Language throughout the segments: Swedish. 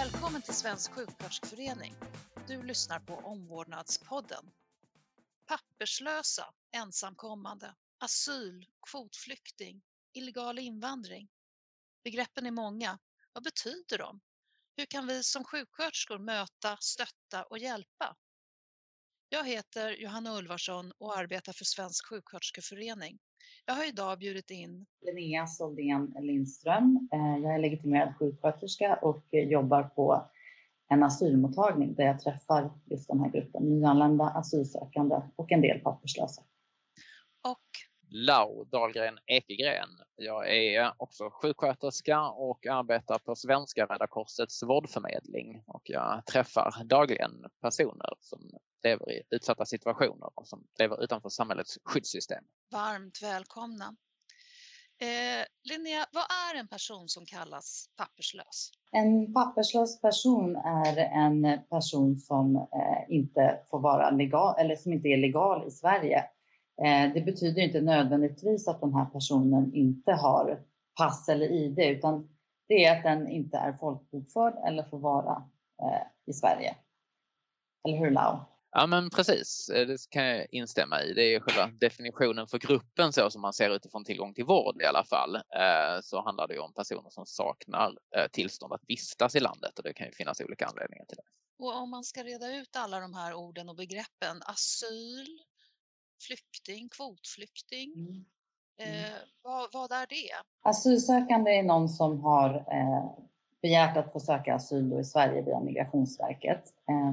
Välkommen till Svensk sjuksköterskeförening. Du lyssnar på Omvårdnadspodden. Papperslösa, ensamkommande, asyl, kvotflykting, illegal invandring. Begreppen är många. Vad betyder de? Hur kan vi som sjuksköterskor möta, stötta och hjälpa? Jag heter Johanna Ulvarsson och arbetar för Svensk sjuksköterskeförening. Jag har idag bjudit in Linnea Soldén Lindström. Jag är legitimerad sjuksköterska och jobbar på en asylmottagning där jag träffar just den här gruppen nyanlända, asylsökande och en del papperslösa. och Lau Dahlgren Ekegren. Jag är också sjuksköterska och arbetar på Svenska Röda Korsets vårdförmedling. Och jag träffar dagligen personer som lever i utsatta situationer och som lever utanför samhällets skyddssystem. varmt välkomna. Linnea, vad är en person som kallas papperslös? En papperslös person är en person som inte får vara legal eller som inte är legal i Sverige. Det betyder inte nödvändigtvis att den här personen inte har pass eller ID, utan det är att den inte är folkbokförd eller får vara i Sverige. Eller hur, Lau? Ja, men precis. Det kan jag instämma i. Det är själva definitionen för gruppen så som man ser utifrån tillgång till vård i alla fall. Så handlar det ju om personer som saknar tillstånd att vistas i landet, och det kan ju finnas olika anledningar till det. Och om man ska reda ut alla de här orden och begreppen, asyl, flykting, kvotflykting, vad är det? Asylsökande är någon som har begärt att få söka asyl då i Sverige via Migrationsverket.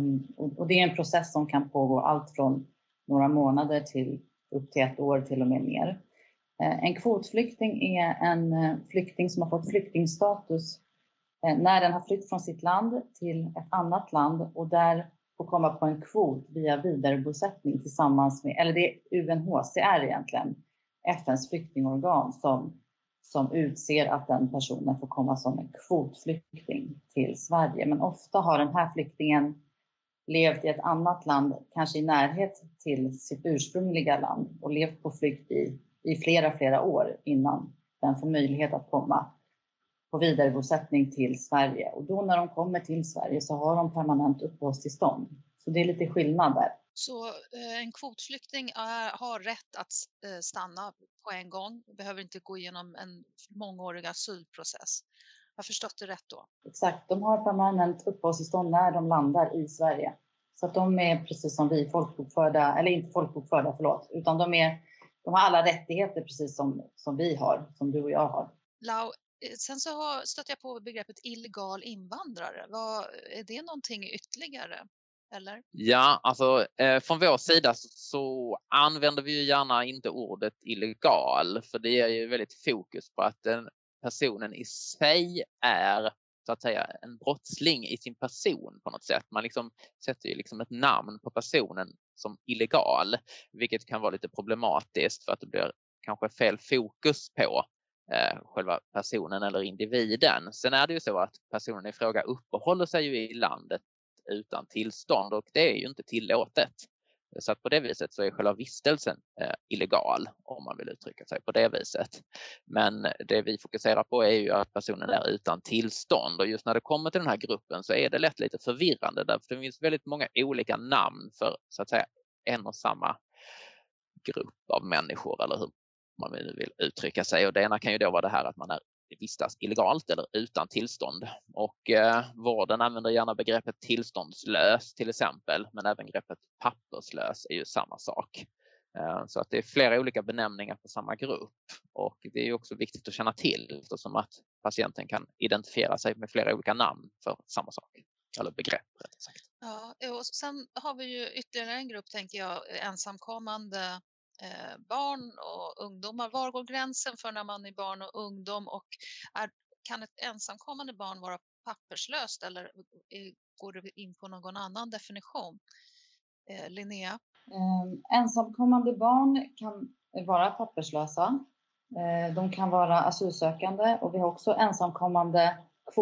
Och det är en process som kan pågå allt från några månader till upp till 1 år, till och med mer. En kvotflykting är en flykting som har fått flyktingstatus när den har flytt från sitt land till ett annat land och där får komma på en kvot via vidarebosättning tillsammans med, eller det är UNHCR egentligen, FNs flyktingorgan som utser att den personen får komma som en kvotflykting till Sverige. Men ofta har den här flyktingen levt i ett annat land, kanske i närhet till sitt ursprungliga land, och levt på flykt i flera år innan den får möjlighet att komma på vidarebosättning till Sverige. Och då när de kommer till Sverige så har de permanent uppehållstillstånd. Så det är lite skillnad där. Så en kvotflykting har rätt att stanna på en gång, behöver inte gå igenom en mångårig asylprocess. Jag har förstått det rätt då? Exakt, de har permanent uppehållstillstånd när de landar i Sverige. Så att de är precis som vi folkbokförda, eller inte folkbokförda, utan de har alla rättigheter precis som vi har, som du och jag har. Lau, sen så stötte jag på begreppet illegal invandrare. Är det någonting ytterligare? Eller? Ja, alltså från vår sida så använder vi ju gärna inte ordet illegal, för det är ju väldigt fokus på att den personen i sig är så att säga en brottsling i sin person på något sätt. Man liksom sätter ju liksom ett namn på personen som illegal, vilket kan vara lite problematiskt för att det blir kanske fel fokus på själva personen eller individen. Sen är det ju så att personen i fråga uppehåller sig ju i landet utan tillstånd, och det är ju inte tillåtet. Så att på det viset så är själva vistelsen illegal, om man vill uttrycka sig på det viset. Men det vi fokuserar på är ju att personen är utan tillstånd, och just när det kommer till den här gruppen så är det lätt lite förvirrande, därför det finns väldigt många olika namn för så att säga en och samma grupp av människor, eller hur man vill uttrycka sig. Och det ena kan ju då vara det här att man vistas illegalt eller utan tillstånd. Och vården använder gärna begreppet tillståndslös till exempel, men även begreppet papperslös är ju samma sak. Så att det är flera olika benämningar på samma grupp, och det är ju också viktigt att känna till eftersom att patienten kan identifiera sig med flera olika namn för samma sak, eller begrepp rättare sagt. Ja, och sen har vi ju ytterligare en grupp, tänker jag, ensamkommande barn och ungdomar. Var går gränsen för när man är barn och ungdom, och kan ett ensamkommande barn vara papperslöst, eller går det in på någon annan definition? Linnea? Ensamkommande barn kan vara papperslösa. De kan vara asylsökande, och vi har också ensamkommande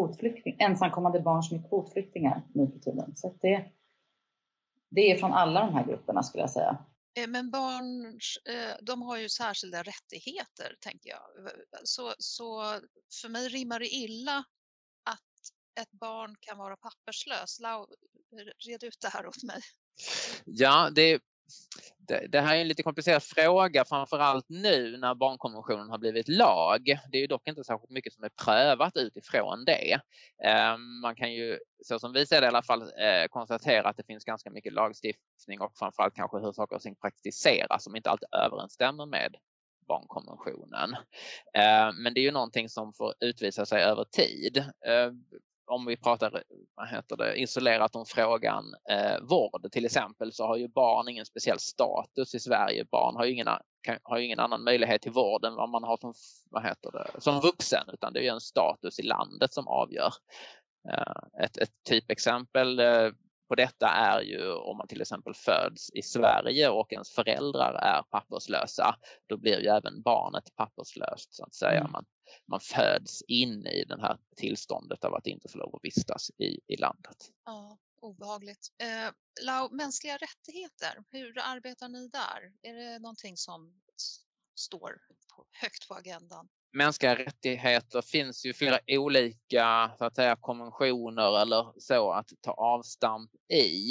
barn som är kvotflyktingar nu för tiden. Så det är från alla de här grupperna, skulle jag säga. Men barn, de har ju särskilda rättigheter, tänker jag. Så för mig rimmar det illa att ett barn kan vara papperslös? Red ut det här åt mig. Ja, det här är en lite komplicerad fråga, framförallt nu när barnkonventionen har blivit lag. Det är ju dock inte särskilt mycket som är prövat utifrån det. Man kan ju, så som vi ser det i alla fall, konstatera att det finns ganska mycket lagstiftning och framförallt kanske hur saker och ting praktiseras som inte alltid överensstämmer med barnkonventionen. Men det är ju någonting som får utvisa sig över tid. Om vi pratar isolerat om frågan vård till exempel, så har ju barn ingen speciell status i Sverige. Barn har ju ingen annan möjlighet till vård än vad man har som vuxen, utan det är ju en status i landet som avgör. Ett typexempel på detta är ju om man till exempel föds i Sverige och ens föräldrar är papperslösa, då blir ju även barnet papperslöst så att säga. Man föds in i det här tillståndet av att inte få lov att vistas i landet. Ja, obehagligt. Lau, mänskliga rättigheter, hur arbetar ni där? Är det någonting som står högt på agendan? Mänskliga rättigheter finns ju flera olika så att säga konventioner eller så att ta avstamp i.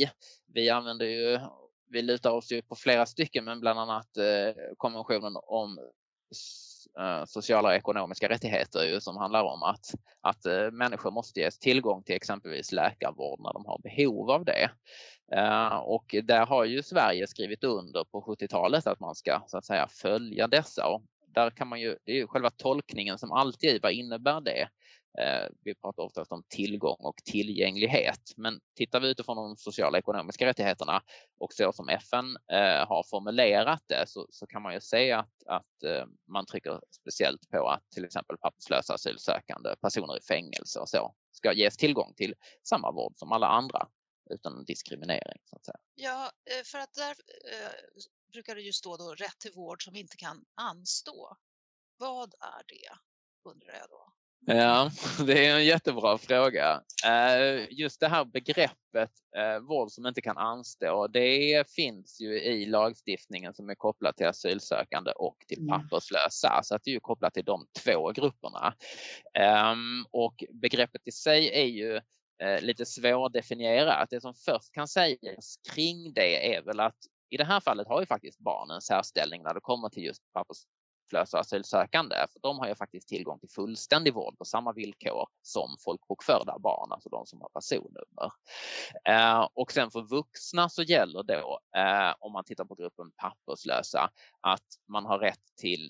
Vi lutar oss ju på flera stycken, men bland annat konventionen om sociala och ekonomiska rättigheter ju, som handlar om att människor måste ges tillgång till exempelvis läkarvård när de har behov av det. Och där har ju Sverige skrivit under på 70-talet att man ska så att säga följa dessa. Och där kan man ju, det är ju själva tolkningen som alltid, vad innebär det? Vi pratar ofta om tillgång och tillgänglighet, men tittar vi utifrån de sociala och ekonomiska rättigheterna och så som FN har formulerat det, så kan man ju se att man trycker speciellt på att till exempel papperslösa asylsökande, personer i fängelse och så ska ges tillgång till samma vård som alla andra utan diskriminering så att säga. Ja, för att där brukar det ju stå då rätt till vård som inte kan anstå. Vad är det, undrar jag då? Ja, det är en jättebra fråga. Just det här begreppet vård som inte kan anstå, det finns ju i lagstiftningen som är kopplat till asylsökande och till papperslösa. Så att det är ju kopplat till de två grupperna. Och begreppet i sig är ju lite svårdefinierat. Det som först kan sägas kring det är väl att i det här fallet har ju faktiskt barnen särställning när det kommer till just papperslösa asylsökande, för de har ju faktiskt tillgång till fullständig vård på samma villkor som folkbokförda barn, alltså de som har personnummer. Och sen för vuxna så gäller då, om man tittar på gruppen papperslösa, att man har rätt till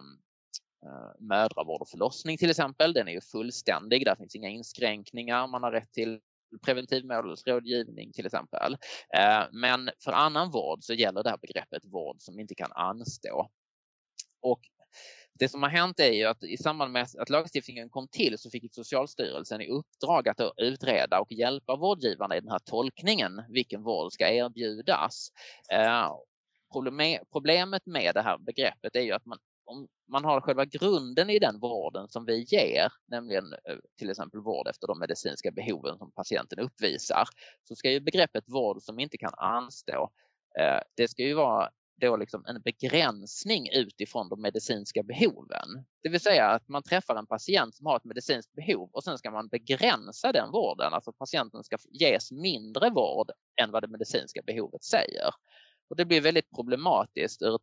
mödravård och förlossning till exempel. Den är ju fullständig, där finns inga inskränkningar. Man har rätt till preventivmedelsrådgivning till exempel. Men för annan vård så gäller det här begreppet vård som inte kan anstå. Och det som har hänt är ju att i samband med att lagstiftningen kom till så fick Socialstyrelsen i uppdrag att utreda och hjälpa vårdgivarna i den här tolkningen, vilken vård ska erbjudas. Problemet med det här begreppet är ju att om man har själva grunden i den vården som vi ger, nämligen till exempel vård efter de medicinska behoven som patienten uppvisar, så ska ju begreppet vård som inte kan anstå, det ska ju vara då liksom en begränsning utifrån de medicinska behoven. Det vill säga att man träffar en patient som har ett medicinskt behov och sen ska man begränsa den vården. Alltså patienten ska ges mindre vård än vad det medicinska behovet säger. Och det blir väldigt problematiskt ur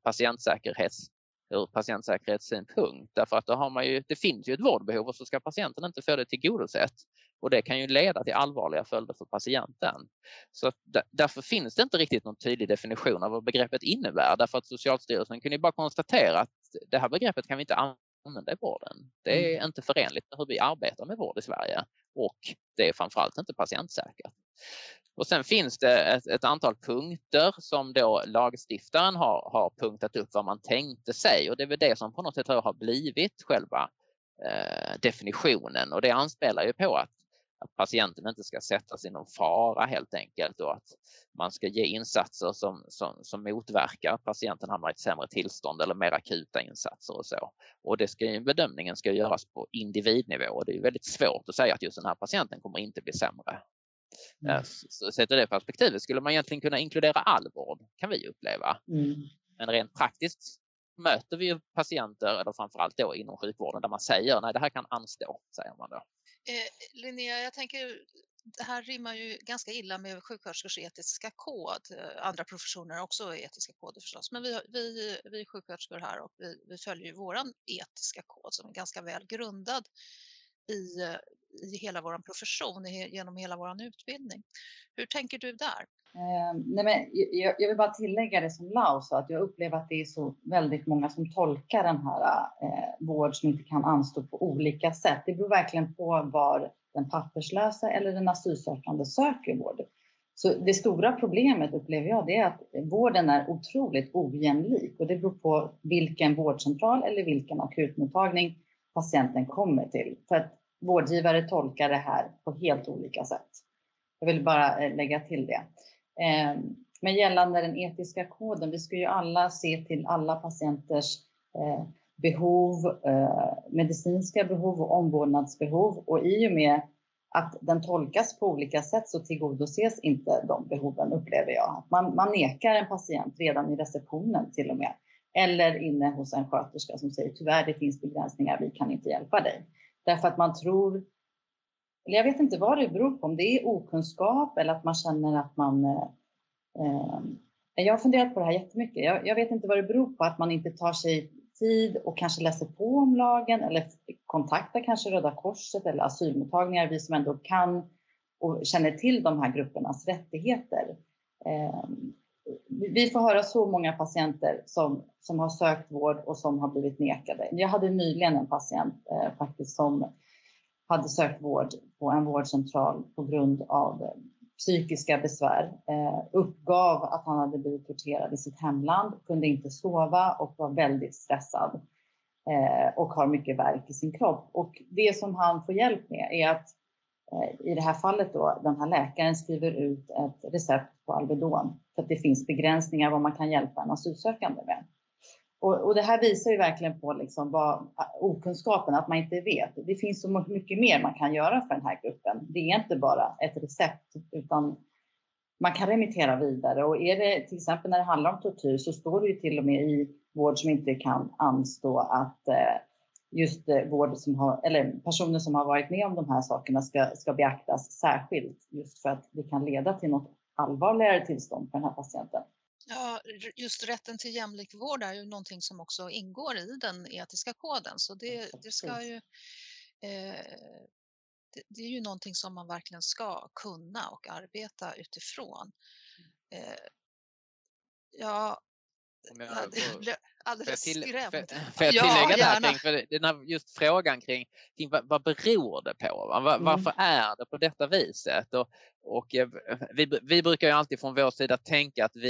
patientsäkerhetssynpunkt. Därför att då har man det finns ju ett vårdbehov och så ska patienten inte få det tillgodosett. Och det kan ju leda till allvarliga följder för patienten. Så därför finns det inte riktigt någon tydlig definition av vad begreppet innebär. Därför att Socialstyrelsen kunde ju bara konstatera att det här begreppet kan vi inte använda i vården. Det är inte förenligt med hur vi arbetar med vård i Sverige. Och det är framförallt inte patientsäkert. Och sen finns det ett antal punkter som då lagstiftaren har punktat upp vad man tänkte sig. Och det är väl det som på något sätt har blivit själva definitionen. Och det anspelar ju på att patienten inte ska sättas i någon fara helt enkelt. Och att man ska ge insatser som motverkar att patienten hamnar i ett sämre tillstånd eller mer akuta insatser och så. Och bedömningen ska göras på individnivå. Och det är väldigt svårt att säga att just den här patienten kommer inte bli sämre. Så sett i det perspektivet skulle man egentligen kunna inkludera all vård, kan vi uppleva. Men rent praktiskt möter vi ju patienter, eller framförallt då inom sjukvården, där man säger nej, det här kan anstå, säger man då. Linnea, jag tänker, det här rimmar ju ganska illa med sjuksköterskors etiska kod. Andra professioner har också etiska koder förstås, men vi är sjuksköterskor här och vi följer ju våran etiska kod som är ganska väl grundad i hela vår profession, genom hela vår utbildning. Hur tänker du där? Nej, men jag vill bara tillägga det som Lau sa, att jag upplever att det är så väldigt många som tolkar den här vård som inte kan anstå på olika sätt. Det beror verkligen på var den papperslösa eller den asylsökande söker vård. Så det stora problemet upplever jag, det är att vården är otroligt ojämlik, och det beror på vilken vårdcentral eller vilken akutmottagning patienten kommer till. För att vårdgivare tolkar det här på helt olika sätt. Jag vill bara lägga till det. Men gällande den etiska koden, vi ska ju alla se till alla patienters behov, medicinska behov och omvårdnadsbehov, och i och med att den tolkas på olika sätt så tillgodoses inte de behoven, upplever jag. Man nekar en patient redan i receptionen till och med, eller inne hos en sköterska som säger tyvärr, det finns begränsningar, vi kan inte hjälpa dig. Därför att man tror, eller jag vet inte vad det beror på, om det är okunskap eller att man känner att man... jag har funderat på det här jättemycket. Jag vet inte vad det beror på, att man inte tar sig tid och kanske läser på om lagen eller kontaktar kanske Röda Korset eller asylmottagningar, vi som ändå kan och känner till de här gruppernas rättigheter. Vi får höra så många patienter som har sökt vård och som har blivit nekade. Jag hade nyligen en patient faktiskt som hade sökt vård på en vårdcentral på grund av psykiska besvär. Uppgav att han hade blivit torterad i sitt hemland, kunde inte sova och var väldigt stressad. Och har mycket värk i sin kropp. Och det som han får hjälp med är att i det här fallet då, den här läkaren skriver ut ett recept på Alvedon. För att det finns begränsningar vad man kan hjälpa en asylsökande med. Och det här visar ju verkligen på liksom okunskapen, att man inte vet. Det finns så mycket mer man kan göra för den här gruppen. Det är inte bara ett recept, utan man kan remittera vidare. Och är det till exempel när det handlar om tortyr, så står det ju till och med i vård som inte kan anstå att just vård som har, eller personer som har varit med om de här sakerna ska beaktas särskilt, just för att det kan leda till något allvarligare tillstånd för den här patienten. Ja, just rätten till jämlik vård är ju någonting som också ingår i den etiska koden. Så det ska ju, det är ju någonting som man verkligen ska kunna och arbeta utifrån. Ja, jag blev alldeles skrämd. Får jag tillägga där gärna. kring, för den här just frågan kring vad beror det på? Varför är det på detta viset? Och vi brukar ju alltid från vår sida tänka att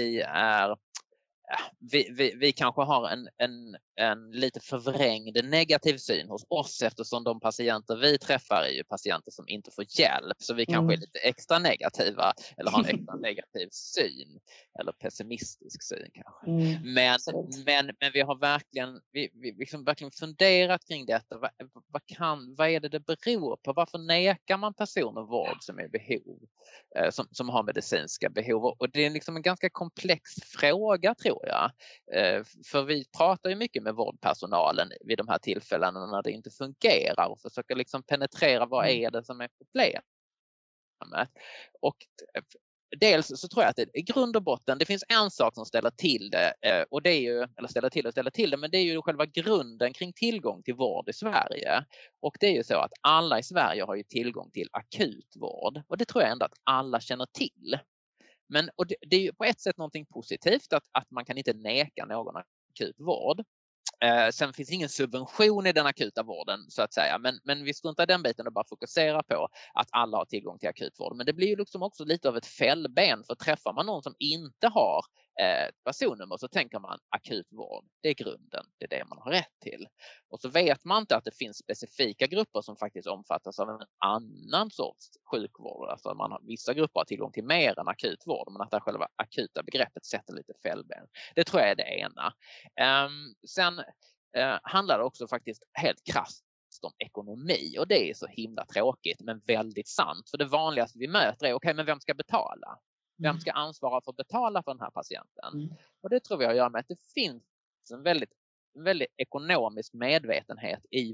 vi kanske har en lite förvrängd negativ syn hos oss, eftersom de patienter vi träffar är ju patienter som inte får hjälp. Så vi kanske är lite extra negativa eller har en extra negativ syn eller pessimistisk syn kanske. Men vi har verkligen, vi liksom verkligen funderat kring detta. Vad är det beror på? Varför nekar man personer vård som är behov, som har medicinska behov? Och det är liksom en ganska komplex fråga, tror jag. För vi pratar ju mycket med vårdpersonalen vid de här tillfällena när det inte fungerar och försöker liksom penetrera vad är det som är problemet. Och dels så tror jag att det i grund och botten, det finns en sak som ställer till det, och det är ju, eller ställer till det, men det är ju själva grunden kring tillgång till vård i Sverige. Och det är ju så att alla i Sverige har ju tillgång till akutvård, och det tror jag ändå att alla känner till. Men och det är ju på ett sätt någonting positivt att man kan inte neka någon akut vård. Sen finns ingen subvention i den akuta vården så att säga, men vi struntar i den biten och bara fokuserar på att alla har tillgång till akutvård. Men det blir ju liksom också lite av ett fällben, för träffar man någon som inte har personnummer så tänker man akutvård, det är grunden, det är det man har rätt till. Och så vet man inte att det finns specifika grupper som faktiskt omfattas av en annan sorts sjukvård. Alltså vissa grupper har tillgång till mer än akutvård, men att det själva akuta begreppet sätter lite fällben. Det tror jag är det ena. Sen handlar det också faktiskt helt krasst om ekonomi, och det är så himla tråkigt men väldigt sant, för det vanligaste vi möter är okej, men vem ska betala? Vem ska ansvara för att betala för den här patienten? Och det tror vi har att göra med att det finns en väldigt ekonomisk medvetenhet i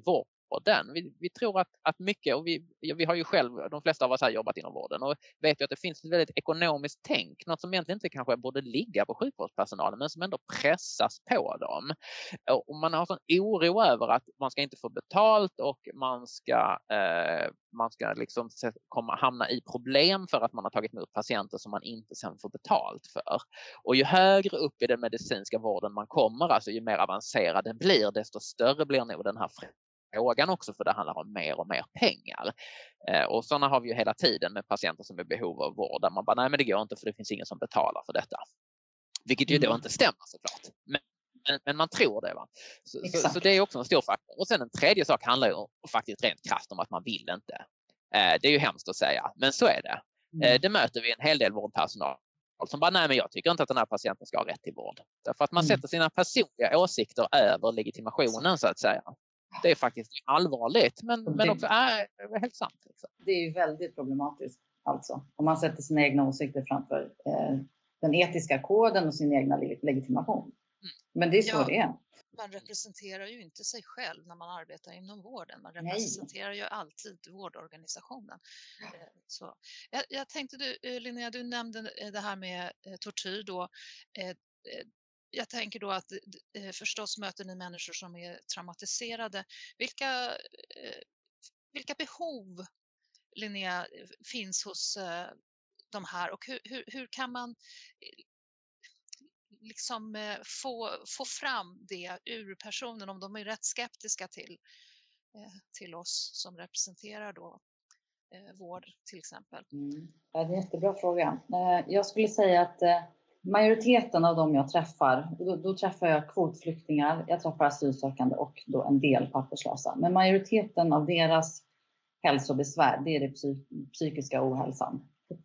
vården. Vi tror att mycket, och vi har ju själv, de flesta av oss här jobbat inom vården och vet ju att det finns ett väldigt ekonomiskt tänk, något som egentligen inte kanske borde ligga på sjukvårdspersonalen men som ändå pressas på dem. Och man har sån oro över att man ska inte få betalt och man ska liksom hamna i problem för att man har tagit emot patienter som man inte sen får betalt för. Och ju högre upp i den medicinska vården man kommer, alltså ju mer avancerad den blir, desto större blir nog den här frågan också, för det handlar om mer och mer pengar. Och sådana har vi ju hela tiden med patienter som är i behov av vård där man bara, nej men det går inte för det finns ingen som betalar för detta. Vilket ju då inte stämmer såklart. Men man tror det, va? Så det är också en stor faktor. Och sen en tredje sak handlar ju faktiskt rent krasst om att man vill inte. Det är ju hemskt att säga, men så är det. Det möter vi en hel del vårdpersonal som bara, nej men jag tycker inte att den här patienten ska ha rätt till vård. Därför att man sätter sina personliga åsikter över legitimationen så att säga. Det är faktiskt allvarligt, men också helt sant. Liksom. Det är ju väldigt problematiskt alltså. Om man sätter sina egna åsikter framför den etiska koden och sin egna legitimation. Men det är så det är. Man representerar ju inte sig själv när man arbetar inom vården. Man representerar ju alltid vårdorganisationen. Så. Jag tänkte, Linnea, du nämnde det här med tortyr då. Jag tänker då att förstås möter ni människor som är traumatiserade. Vilka behov, Linnea, finns hos de här, och hur kan man liksom få fram det ur personen om de är rätt skeptiska till oss som representerar då vård till exempel? Ja, det är en jättebra fråga. Jag skulle säga att majoriteten av dem jag träffar, då träffar jag kvotflyktingar, jag träffar asylsökande och då en del papperslösa. Men majoriteten av deras hälsobesvär, det är det psykiska ohälsan.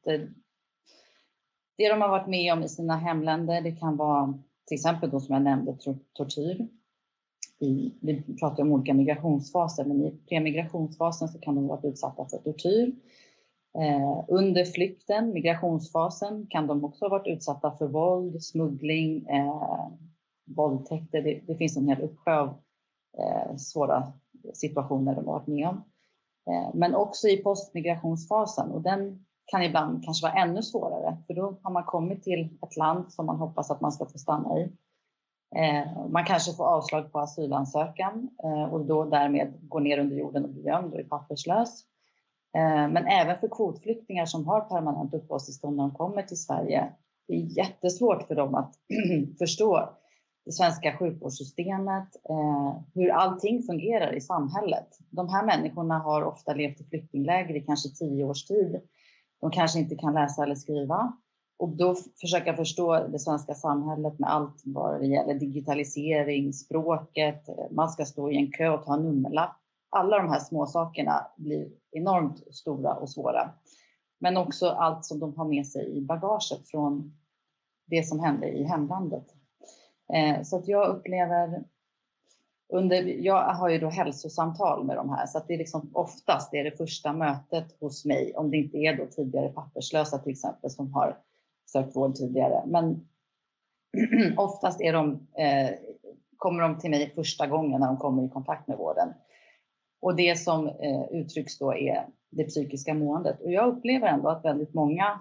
Det de har varit med om i sina hemländer, det kan vara till exempel då som jag nämnde tortyr. Vi pratar om olika migrationsfaser, men i premigrationsfasen så kan de vara utsatta för tortyr. Under flykten, migrationsfasen, kan de också ha varit utsatta för våld, smuggling, våldtäkter. Det finns en hel uppsjö av svåra situationer de har varit med om. Men också i postmigrationsfasen, och den kan ibland kanske vara ännu svårare, för då har man kommit till ett land som man hoppas att man ska få stanna i. Man kanske får avslag på asylansökan och då därmed går ner under jorden och blir gömd och är papperslös. Men även för kvotflyktingar som har permanent uppehållstillstånd när de kommer till Sverige, det är jättesvårt för dem att förstå det svenska sjukvårdssystemet, hur allting fungerar i samhället. De här människorna har ofta levt i flyktingläger i kanske 10 års tid. De kanske inte kan läsa eller skriva. Och då försöka förstå det svenska samhället med allt vad det gäller digitalisering, språket, man ska stå i en kö och ta en nummerlapp. Alla de här små sakerna blir enormt stora och svåra. Men också allt som de har med sig i bagaget från det som hände i hemlandet. Så att jag upplever, jag har ju då hälsosamtal med de här, så att det är liksom oftast det första mötet hos mig, om det inte är då tidigare papperslösa till exempel som har sökt vård tidigare. Men oftast kommer de till mig första gången när de kommer i kontakt med vården. Och det som uttrycks då är det psykiska måendet. Och jag upplever ändå att väldigt många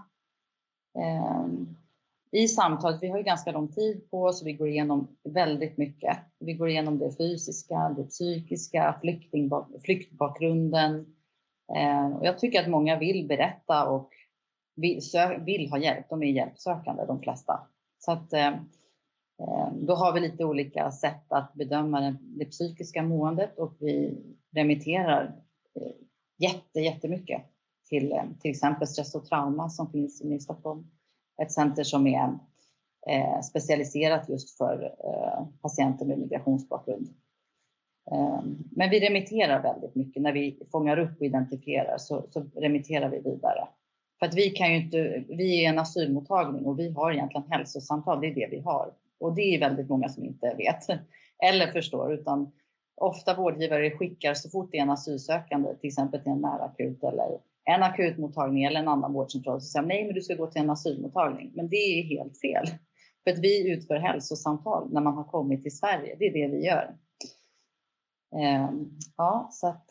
i samtalet, vi har ju ganska lång tid på oss och vi går igenom väldigt mycket. Vi går igenom det fysiska, det psykiska, flyktbakgrunden. Och jag tycker att många vill berätta och vill ha hjälp. De är hjälpsökande, de flesta. Så att då har vi lite olika sätt att bedöma det psykiska måendet, och vi remitterar jättemycket till exempel stress och trauma som finns i Stockholm. Ett center som är specialiserat just för patienter med migrationsbakgrund. Men vi remitterar väldigt mycket. När vi fångar upp och identifierar så remitterar vi vidare. För att vi är en asylmottagning och vi har egentligen hälsosamtal, det är det vi har. Och det är väldigt många som inte vet eller förstår, utan ofta vårdgivare skickar så fort det är en asylsökande, till exempel till en närakut eller en akutmottagning eller en annan vårdcentral, så säger nej men du ska gå till en asylmottagning. Men det är helt fel. För att vi utför hälsosamtal när man har kommit till Sverige, det är det vi gör. Ja, så att...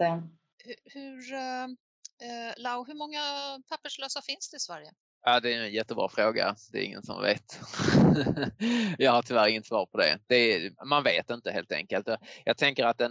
Lau, hur många papperslösa finns det i Sverige? Ja, det är en jättebra fråga. Det är ingen som vet. Jag har tyvärr inget svar på det. Man vet inte helt enkelt. Jag tänker att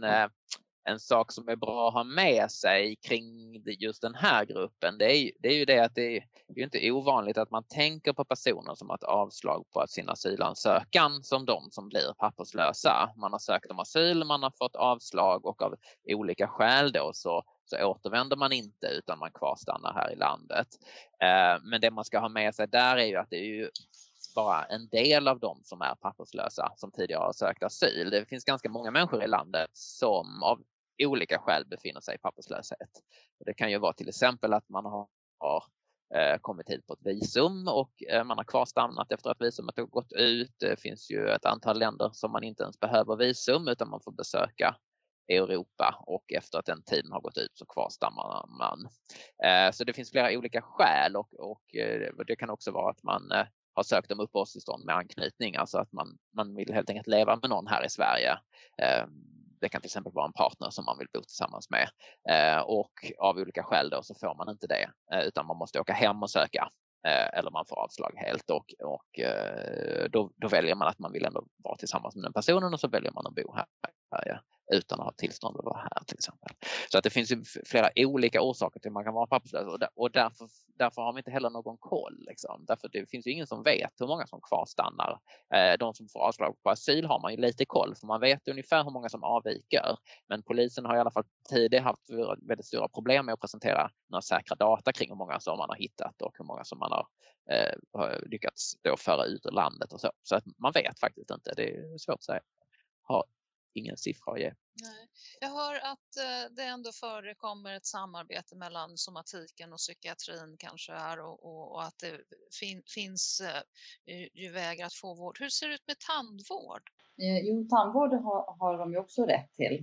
en sak som är bra att ha med sig kring just den här gruppen, det är ju det att det är ju inte ovanligt att man tänker på personer som har ett avslag på sin asylansökan som de som blir papperslösa. Man har sökt om asyl, man har fått avslag och av olika skäl då så återvänder man inte utan man kvarstannar här i landet. Men det man ska ha med sig där är ju att det är ju bara en del av dem som är papperslösa som tidigare har sökt asyl. Det finns ganska många människor i landet som av olika skäl befinner sig i papperslöshet. Det kan ju vara till exempel att man har kommit hit på ett visum och man har kvarstannat efter att visumet har gått ut. Det finns ju ett antal länder som man inte ens behöver visum utan man får besöka Europa och efter att den tiden har gått ut så kvarstannar man. Så det finns flera olika skäl och det kan också vara att man har sökt om uppehållstillstånd med anknytning, alltså att man vill helt enkelt leva med någon här i Sverige. Det kan till exempel vara en partner som man vill bo tillsammans med och av olika skäl då så får man inte det utan man måste åka hem och söka eller man får avslag helt och då väljer man att man vill ändå vara tillsammans med den personen och så väljer man att bo här i Sverige utan att ha tillstånd att vara här till exempel. Så att det finns ju flera olika orsaker till att man kan vara papperslös och därför har vi inte heller någon koll. Liksom. Därför det finns ju ingen som vet hur många som kvarstannar. De som får avslag på asyl har man ju lite koll för man vet ungefär hur många som avviker. Men polisen har i alla fall tidigare haft väldigt stora problem med att presentera några säkra data kring hur många som man har hittat och hur många som man har lyckats då föra ut ur landet och så. Så att man vet faktiskt inte. Det är svårt att säga. Har ingen siffra att ge. Nej. Jag hör att det ändå förekommer ett samarbete mellan somatiken och psykiatrin kanske här och att det finns ju vägar att få vård. Hur ser det ut med tandvård? Jo, tandvård har de ju också rätt till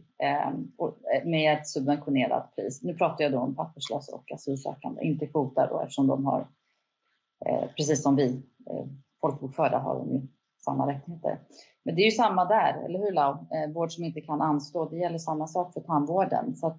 med ett subventionerat pris. Nu pratar jag då om papperslösa och asylsökande, inte kvotade då eftersom de har, precis som vi folkbokförda har de ju samma rättigheter. Men det är ju samma där, eller hur Lau? Vård som inte kan anstå, det gäller samma sak för tandvården. Så att,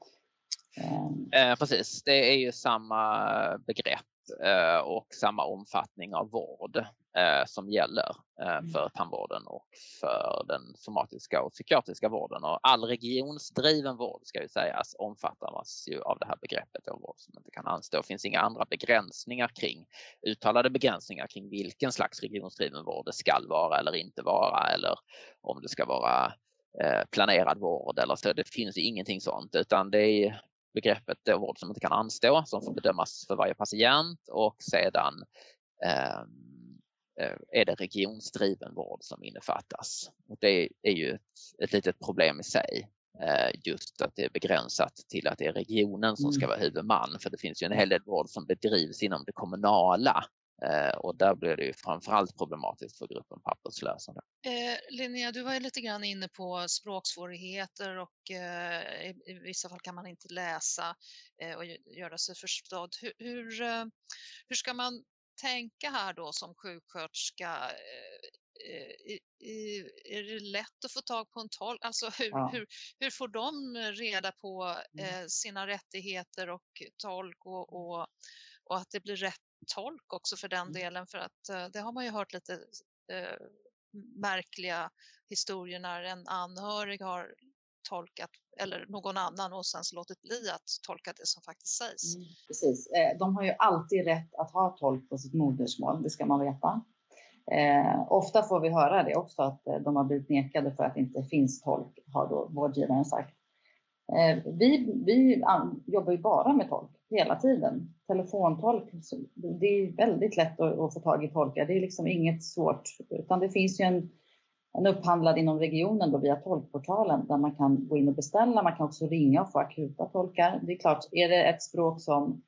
precis, det är ju samma begrepp och samma omfattning av vård som gäller för tandvården och för den somatiska och psykiatriska vården. Och all regionsdriven vård ska ju sägas omfattas ju av det här begreppet av vård som inte kan anstå. Det finns inga andra uttalade begränsningar kring vilken slags regionsdriven vård det ska vara eller inte vara eller om det ska vara planerad vård eller så. Det finns ingenting sånt utan det är begreppet då vård som inte kan anstå som får bedömas för varje patient och sedan är det regionsdriven vård som innefattas. Och det är ju ett litet problem i sig. Just att det är begränsat till att det är regionen som ska vara huvudman. För det finns ju en hel del vård som bedrivs inom det kommunala. Och där blir det ju framförallt problematiskt för gruppen papperslösa. Linnea, du var ju lite grann inne på språksvårigheter och i vissa fall kan man inte läsa och göra sig förstådd. Hur ska man tänka här då som sjuksköterska? Är det lätt att få tag på en tolk? Alltså hur får de reda på sina rättigheter och tolk och att det blir rätt tolk också för den delen? För att det har man ju hört lite märkliga historier när en anhörig har tolkat eller någon annan och sen så låtit bli att tolka det som faktiskt sägs. Precis. De har ju alltid rätt att ha tolk på sitt modersmål, det ska man veta. Ofta får vi höra det också att de har blivit nekade för att det inte finns tolk, har då vårdgivaren sagt. Vi jobbar ju bara med tolk hela tiden. Telefontolk, det är väldigt lätt att få tag i tolkar. Det är liksom inget svårt. Utan det finns ju en upphandlad inom regionen då via tolkportalen där man kan gå in och beställa. Man kan också ringa och få akuta tolkar. Det är klart, är det ett språk som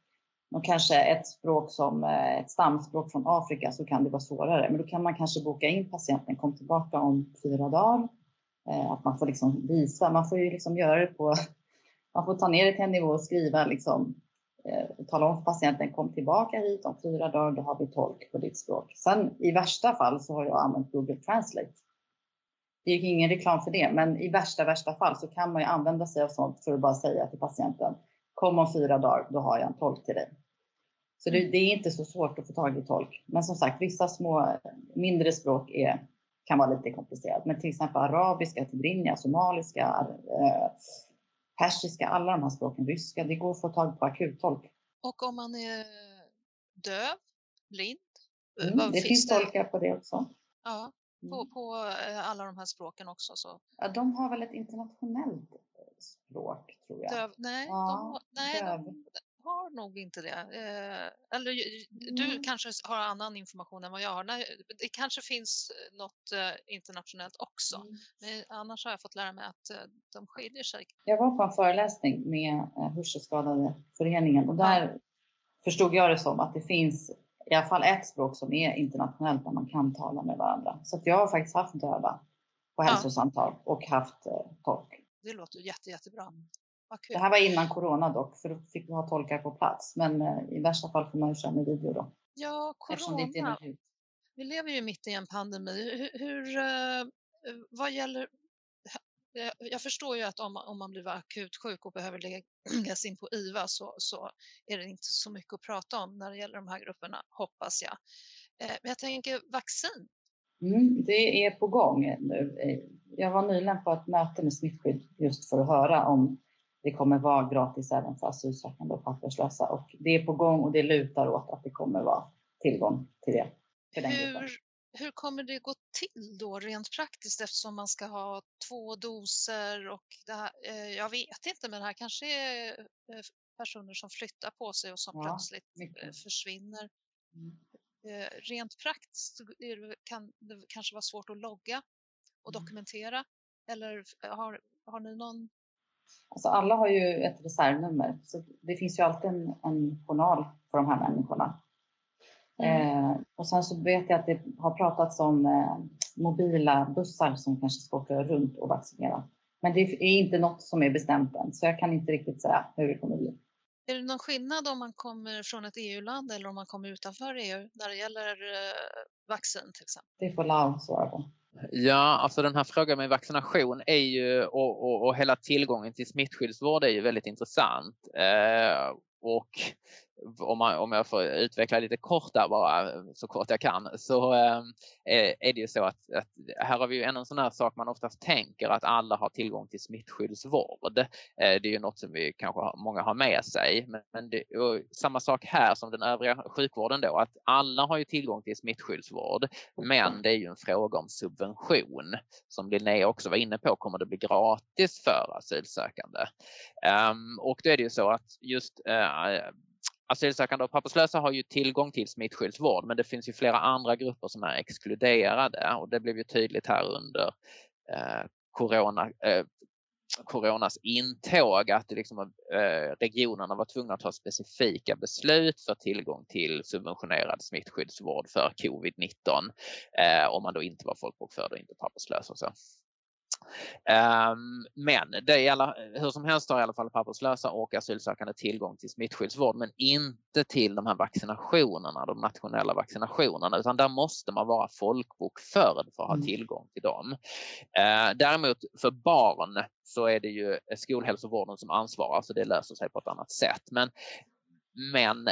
ett stamspråk från Afrika så kan det vara svårare. Men då kan man kanske boka in patienten, kom tillbaka om 4 dagar. Att man får liksom visa, man får ju liksom göra det på, man får ta ner det till en nivå och skriva liksom, tala om för patienten, kom tillbaka hit om 4 dagar, då har vi tolk på ditt språk. Sen i värsta fall så har jag använt Google Translate. det är ju ingen reklam för det, men i värsta fall så kan man ju använda sig av sånt för att bara säga till patienten, kom om 4 dagar, då har jag en tolk till dig. Så det är inte så svårt att få tag i tolk. Men som sagt, vissa små mindre språk kan vara lite komplicerat. Men till exempel arabiska, tigrinja, somaliska, persiska, alla de här språken, ryska, det går att få tag på akuttolk. Och om man är döv, blind? Det finns tolkar på det också. Ja, på alla de här språken också. Så. Ja, de har väl ett internationellt språk, tror jag. Döv, nej, ja, de har nog inte det. Eller du kanske har annan information än vad jag har. Nej, det kanske finns något internationellt också. Men annars har jag fått lära mig att de skiljer sig. Jag var på en föreläsning med Hörselskadade föreningen och där förstod jag det som att det finns i alla fall ett språk som är internationellt där man kan tala med varandra. Så att jag har faktiskt haft döva på hälsosamtal och haft tolk. Det låter jättebra. Det här var innan corona dock, för då fick vi ha tolkar på plats. Men i värsta fall får man ju köra med video då. Ja, corona. Vi lever ju mitt i en pandemi. Vad gäller... Jag förstår ju att om man blir akut sjuk och behöver läggas in på IVA så är det inte så mycket att prata om när det gäller de här grupperna, hoppas jag. Men jag tänker vaccin. Det är på gång nu. Jag var nyligen på ett möte med smittskydd just för att höra om det kommer vara gratis även för asylsökande och papperslösa. Och det är på gång och det lutar åt att det kommer vara tillgång till det. För den gruppen. Hur kommer det gå till då rent praktiskt eftersom man ska ha 2 doser och det här, jag vet inte, men det här kanske är personer som flyttar på sig och som plötsligt försvinner. Rent praktiskt kan det kanske vara svårt att logga och dokumentera, eller har ni någon? Alltså alla har ju ett reservnummer, så det finns ju alltid en journal för de här människorna. Och sen så vet jag att det har pratats om mobila bussar som kanske ska åka runt och vaccinera. Men det är inte något som är bestämt än, så jag kan inte riktigt säga hur det kommer bli. Är det någon skillnad om man kommer från ett EU-land eller om man kommer utanför EU när det gäller vaccin till exempel? Det får Lau svara på. Ja, alltså den här frågan med vaccination är ju och hela tillgången till smittskyddsvård är ju väldigt intressant. Och om jag får utveckla lite kort där bara, så kort jag kan, så är det ju så att här har vi ju en sån här sak man oftast tänker, att alla har tillgång till smittskyddsvård. Det är ju något som vi kanske många har med sig, men det är samma sak här som den övriga sjukvården då, att alla har ju tillgång till smittskyddsvård, men det är ju en fråga om subvention. Som Linnea också var inne på, kommer det bli gratis för asylsökande. Och då är det ju så att just asylsökande och papperslösa har ju tillgång till smittskyddsvård, men det finns ju flera andra grupper som är exkluderade, och det blev ju tydligt här under coronas intåg att det liksom, regionerna var tvungna att ta specifika beslut för tillgång till subventionerad smittskyddsvård för covid-19 om man då inte var folkbokförd och inte papperslös och så. Men det är hur som helst har i alla fall papperslösa och asylsökande tillgång till smittskyddsvård, men inte till de här vaccinationerna, de nationella vaccinationerna, utan där måste man vara folkbokförd för att ha tillgång till dem. Däremot för barn så är det ju skolhälsovården som ansvarar, så det löser sig på ett annat sätt. Men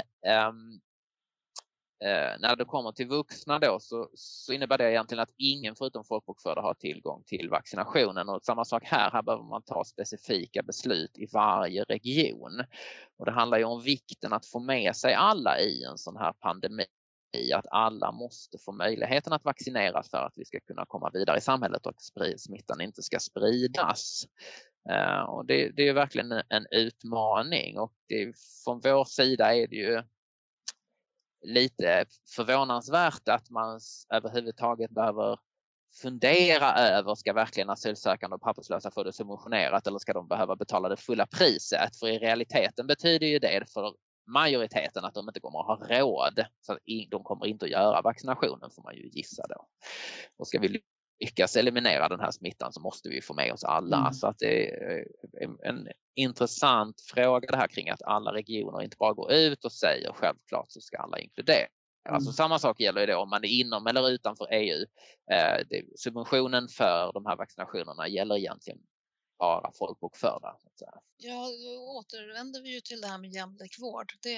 när det kommer till vuxna då så innebär det egentligen att ingen förutom folkbokförda har tillgång till vaccinationen, och samma sak här behöver man ta specifika beslut i varje region, och det handlar ju om vikten att få med sig alla i en sån här pandemi, att alla måste få möjligheten att vaccineras för att vi ska kunna komma vidare i samhället och smittan inte ska spridas. Och det är verkligen en utmaning, och från vår sida är det ju lite förvånansvärt att man överhuvudtaget behöver fundera över, ska verkligen asylsökande och papperslösa få det subventionerat, eller ska de behöva betala det fulla priset? För i realiteten betyder ju det för majoriteten att de inte kommer att ha råd, så att de kommer inte att göra vaccinationen, får man ju gissa då. Och ska vi lyckas eliminera den här smittan så måste vi få med oss alla. Så att det är en intressant fråga det här kring att alla regioner inte bara går ut och säger självklart så ska alla inkluderas. Alltså samma sak gäller ju då om man är inom eller utanför EU. Subventionen för de här vaccinationerna gäller egentligen bara folkbokförda. Så att säga. Ja, då återvänder vi ju till det här med jämlik vård. Det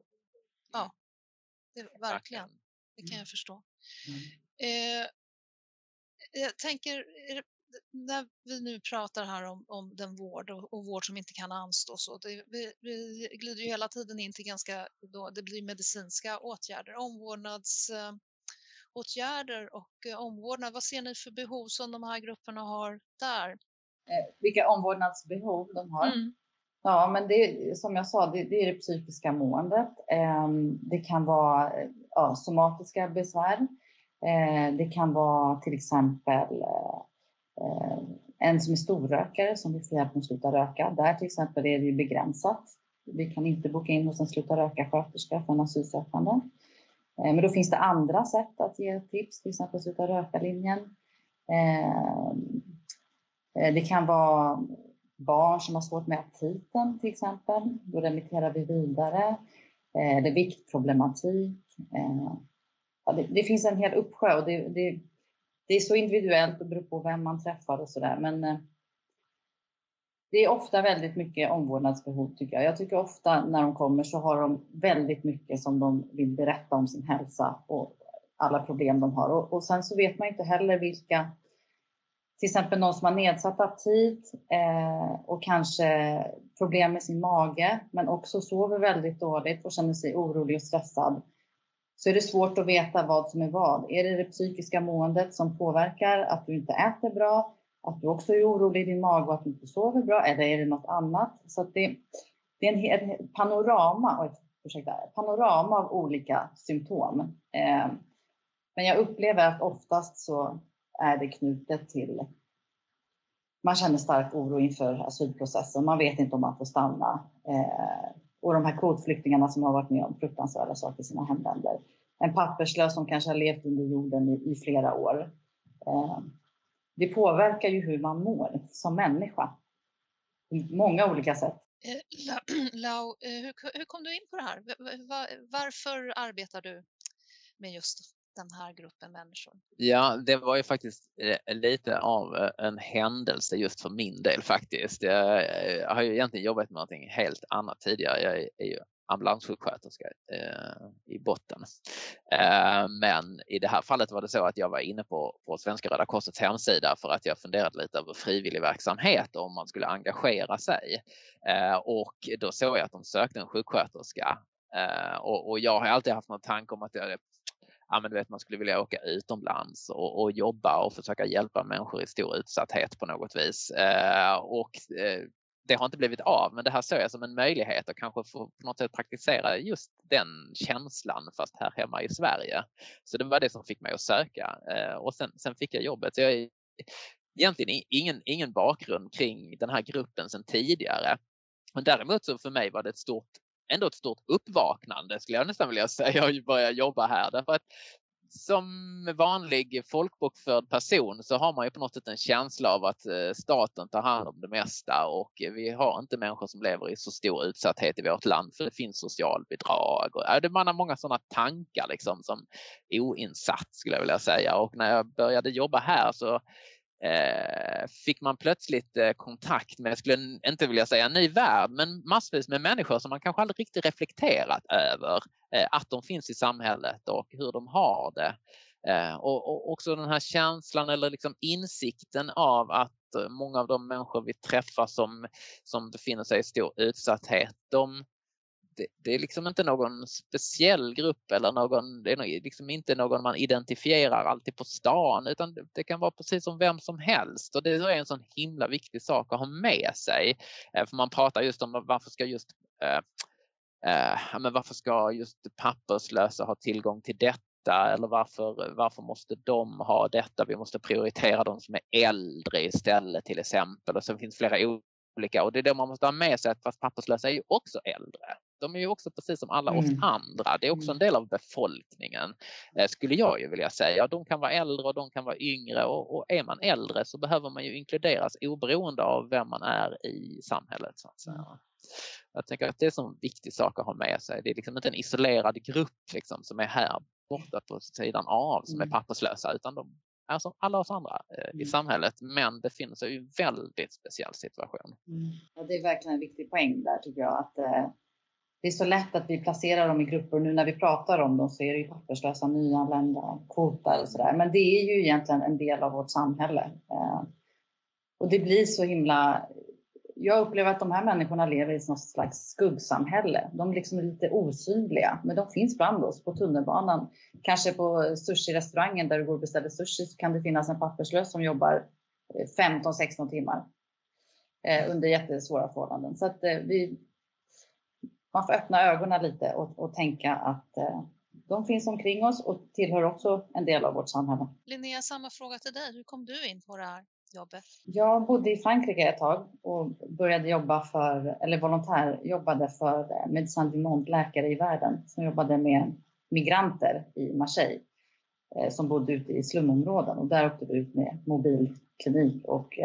verkligen. Det kan jag förstå. Jag tänker, när vi nu pratar här om den vård och vård som inte kan anstå, så vi glider ju hela tiden in till det blir medicinska åtgärder, omvårdnadsåtgärder och omvårdnad. Vad ser ni för behov som de här grupperna har där? Vilka omvårdnadsbehov de har? Ja, men det, som jag sa, det är det psykiska måendet. Det kan vara somatiska besvär. Det kan vara till exempel en som är storrökare som vill få hjälp att sluta röka. Där till exempel är det ju begränsat. Vi kan inte boka in hos en sluta röka-sköterska för en asylsökande. Men då finns det andra sätt att ge tips, till exempel sluta röka-linjen. Det kan vara barn som har svårt med aptiten till exempel. Då remitterar vi vidare. Det är viktproblematik. Det finns en hel uppsjö och det är så individuellt och beror på vem man träffar och sådär. Men det är ofta väldigt mycket omvårdnadsbehov tycker jag. Jag tycker ofta när de kommer så har de väldigt mycket som de vill berätta om sin hälsa och alla problem de har. Och sen så vet man inte heller vilka, till exempel någon som har nedsatt aptit och kanske problem med sin mage, men också sover väldigt dåligt och känner sig orolig och stressad. Så är det svårt att veta vad som är vad. Är det psykiska måendet som påverkar att du inte äter bra, att du också är orolig i din mage och att du inte sover bra, eller är det något annat? Så att det är en panorama av olika symptom. Men jag upplever att oftast så är det knutet till, man känner stark oro inför asylprocessen, man vet inte om man får stanna. Och de här kvotflyktingarna som har varit med om fruktansvärda saker i sina hemländer. En papperslös som kanske har levt under jorden i flera år. Det påverkar ju hur man mår som människa. På många olika sätt. Lau, hur kom du in på det här? Varför arbetar du med just den här gruppen människor? Ja, det var ju faktiskt lite av en händelse just för min del faktiskt. Jag har ju egentligen jobbat med någonting helt annat tidigare. Jag är ju ambulanssjuksköterska i botten. Men i det här fallet var det så att jag var inne på Svenska Röda Korsets hemsida för att jag funderat lite över frivillig verksamhet och om man skulle engagera sig. Och då såg jag att de sökte en sjuksköterska. Och jag har alltid haft någon tanke om att man skulle vilja åka utomlands och jobba och försöka hjälpa människor i stor utsatthet på något vis. Det har inte blivit av, men det här såg jag som en möjlighet att kanske få på något sätt praktisera just den känslan fast här hemma i Sverige. Så det var det som fick mig att söka. Och sen fick jag jobbet. Så jag har egentligen ingen bakgrund kring den här gruppen sedan tidigare. Men däremot så för mig var det ändå ett stort uppvaknande skulle jag nästan vilja säga och börja jobba här. Därför att som vanlig folkbokförd person så har man ju på något sätt en känsla av att staten tar hand om det mesta och vi har inte människor som lever i så stor utsatthet i vårt land för det finns socialbidrag. Man har många sådana tankar liksom som oinsatt skulle jag vilja säga. Och när jag började jobba här så fick man plötsligt kontakt med, jag skulle inte vilja säga en ny värld, men massvis med människor som man kanske aldrig riktigt reflekterat över att de finns i samhället och hur de har det. Och också den här känslan eller liksom insikten av att många av de människor vi träffar som befinner sig i stor utsatthet, det är liksom inte någon speciell grupp eller det är liksom inte någon man identifierar alltid på stan utan det kan vara precis som vem som helst och det är en sån himla viktig sak att ha med sig. För man pratar just om varför ska just papperslösa ha tillgång till detta eller varför måste de ha detta? Vi måste prioritera de som är äldre istället till exempel och sen finns flera olika och det är det man måste ha med sig att fast papperslösa är ju också äldre. De är ju också precis som alla oss andra. Det är också en del av befolkningen, skulle jag ju vilja säga. De kan vara äldre och de kan vara yngre, och är man äldre så behöver man ju inkluderas oberoende av vem man är i samhället, så att säga. Jag tänker att det är en viktig sak att ha med sig. Det är liksom inte en isolerad grupp liksom, som är här borta på sidan av, som är papperslösa, utan de är som alla oss andra i samhället, men befinner sig i en väldigt speciell situation. Ja, det är verkligen en viktig poäng där, tycker jag, att det är så lätt att vi placerar dem i grupper. Nu när vi pratar om dem så är det ju papperslösa, nyanlända, kvotare och sådär. Men det är ju egentligen en del av vårt samhälle. Och det blir så himla... Jag upplever att de här människorna lever i något slags skuggsamhälle. De är liksom lite osynliga, men de finns bland oss på tunnelbanan. Kanske på sushi-restaurangen där du går och beställer sushi, så kan det finnas en papperslös som jobbar 15-16 timmar under jättesvåra förhållanden. Så att man får öppna ögonen lite och tänka att de finns omkring oss och tillhör också en del av vårt samhälle. Linnea, samma fråga till dig. Hur kom du in på det här jobbet? Jag bodde i Frankrike ett tag och började volontärjobbade för Médecins du Monde, läkare i världen, som jobbade med migranter i Marseille som bodde ute i slumområden, och där åkte vi ut med mobilklinik och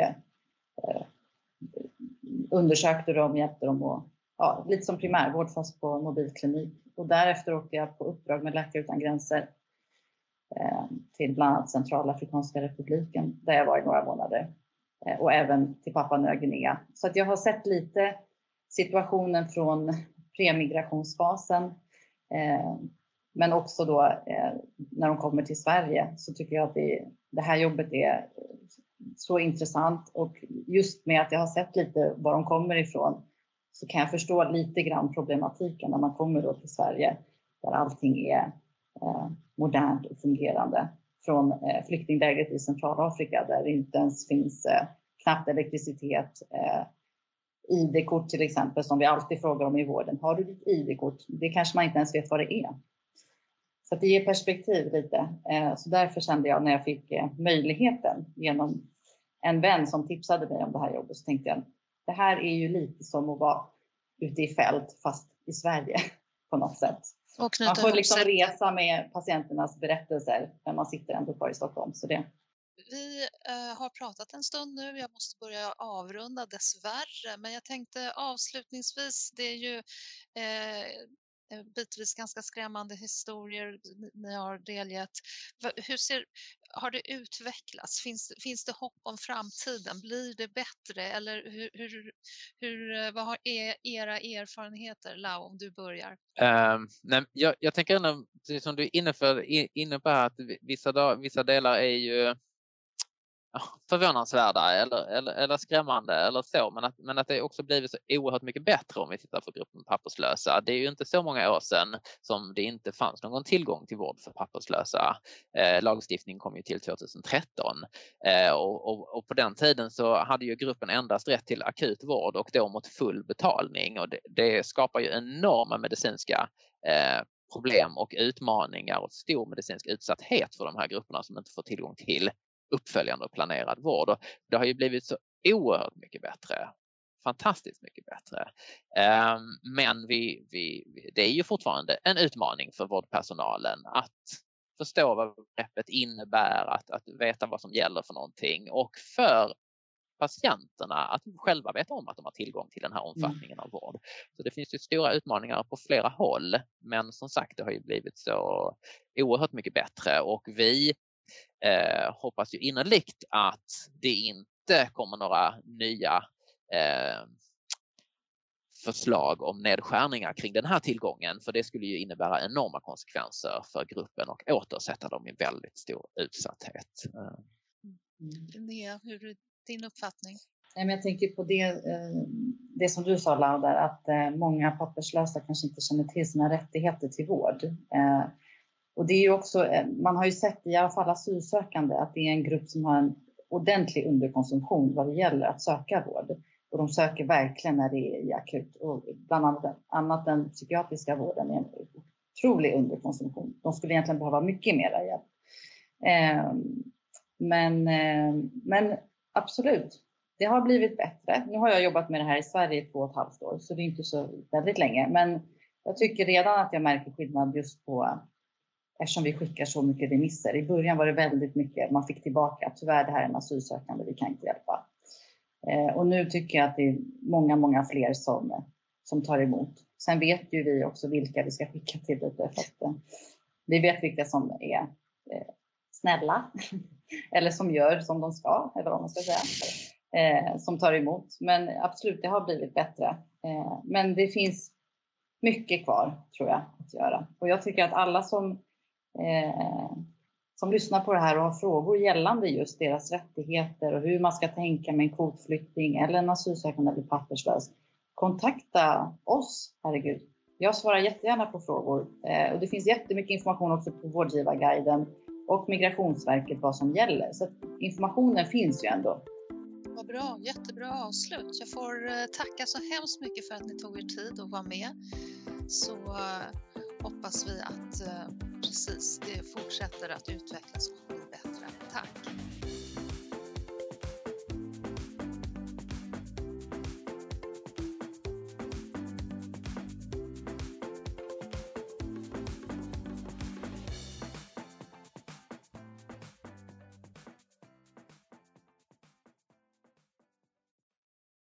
undersökte dem, hjälpte dem, och lite som primärvård fast på mobilklinik. Och därefter åkte jag på uppdrag med Läkare utan gränser till bland annat Centralafrikanska republiken, där jag var i några månader, och även till Papua Nya Guinea. Så att jag har sett lite situationen från premigrationsfasen, men också då när de kommer till Sverige, så tycker jag att det här jobbet är så intressant, och just med att jag har sett lite var de kommer ifrån, så kan jag förstå lite grann problematiken när man kommer då till Sverige, där allting är modernt och fungerande. Från flyktinglägret i Centralafrika, där det inte ens finns knappt elektricitet. ID-kort till exempel, som vi alltid frågar om i vården. Har du ditt ID-kort? Det kanske man inte ens vet vad det är. Så att det ger perspektiv lite. Så därför kände jag, när jag fick möjligheten genom en vän som tipsade mig om det här jobbet, så tänkte jag, det här är ju lite som att vara ute i fält fast i Sverige på något sätt. Man får liksom resa med patienternas berättelser när man sitter ändå kvar i Stockholm. Så det. Vi har pratat en stund nu, jag måste börja avrunda dessvärre, men jag tänkte avslutningsvis, det är ju bitvis ganska skrämmande historier ni har delgett. Har det utvecklats? Finns det hopp om framtiden? Blir det bättre? Eller vad har era erfarenheter, Lau, om du börjar? Nej, jag tänker ändå, som du är inne på, att vissa delar är ju förvånansvärda eller skrämmande eller så, men att det också blivit så oerhört mycket bättre om vi tittar på gruppen papperslösa. Det är ju inte så många år sedan som det inte fanns någon tillgång till vård för papperslösa. Lagstiftningen kom ju till 2013, och på den tiden så hade ju gruppen endast rätt till akut vård, och då mot full betalning, och det skapar ju enorma medicinska problem och utmaningar och stor medicinsk utsatthet för de här grupperna som inte får tillgång till uppföljande och planerad vård. Och det har ju blivit så oerhört mycket bättre. Fantastiskt mycket bättre. Men det är ju fortfarande en utmaning för vårdpersonalen att förstå vad begreppet innebär, att veta vad som gäller för någonting, och för patienterna att själva veta om att de har tillgång till den här omfattningen av vård. Så det finns ju stora utmaningar på flera håll, men som sagt, det har ju blivit så oerhört mycket bättre, och vi hoppas ju innerligt att det inte kommer några nya förslag om nedskärningar kring den här tillgången, för det skulle ju innebära enorma konsekvenser för gruppen och återsätta dem i väldigt stor utsatthet. Linnea, hur är din uppfattning? Jag tänker på det som du sa, Lau, där, att många papperslösa kanske inte känner till sina rättigheter till vård. Och det är ju också, man har ju sett i alla fall asylsökande att det är en grupp som har en ordentlig underkonsumtion vad det gäller att söka vård. Och de söker verkligen när det är akut. Och bland annat den psykiatriska vården är en otrolig underkonsumtion. De skulle egentligen behöva mycket mer hjälp. Men absolut, det har blivit bättre. Nu har jag jobbat med det här i Sverige i 2,5 år, så det är inte så väldigt länge. Men Jag tycker redan att jag märker skillnad just på, eftersom vi skickar så mycket remisser. I början var det väldigt mycket man fick tillbaka. Tyvärr, det här är en asylsökande, vi kan inte hjälpa. Och nu tycker jag att det är många fler som tar emot. Sen vet ju vi också vilka vi ska skicka till lite. För att, vi vet vilka som är snälla. Eller som gör som de ska, eller vad man ska säga. Som tar emot. Men absolut, det har blivit bättre. Men det finns mycket kvar, tror jag, att göra. Och jag tycker att alla som lyssnar på det här och har frågor gällande just deras rättigheter och hur man ska tänka med en kvotflykting eller en asylsökande eller papperslös, kontakta oss, herregud. Jag svarar jättegärna på frågor. Och det finns jättemycket information också på Vårdgivarguiden och Migrationsverket vad som gäller. Så informationen finns ju ändå. Vad bra, jättebra avslut. Jag får tacka så hemskt mycket för att ni tog er tid att vara med. Så hoppas vi att precis det fortsätter att utvecklas och bli bättre. Tack!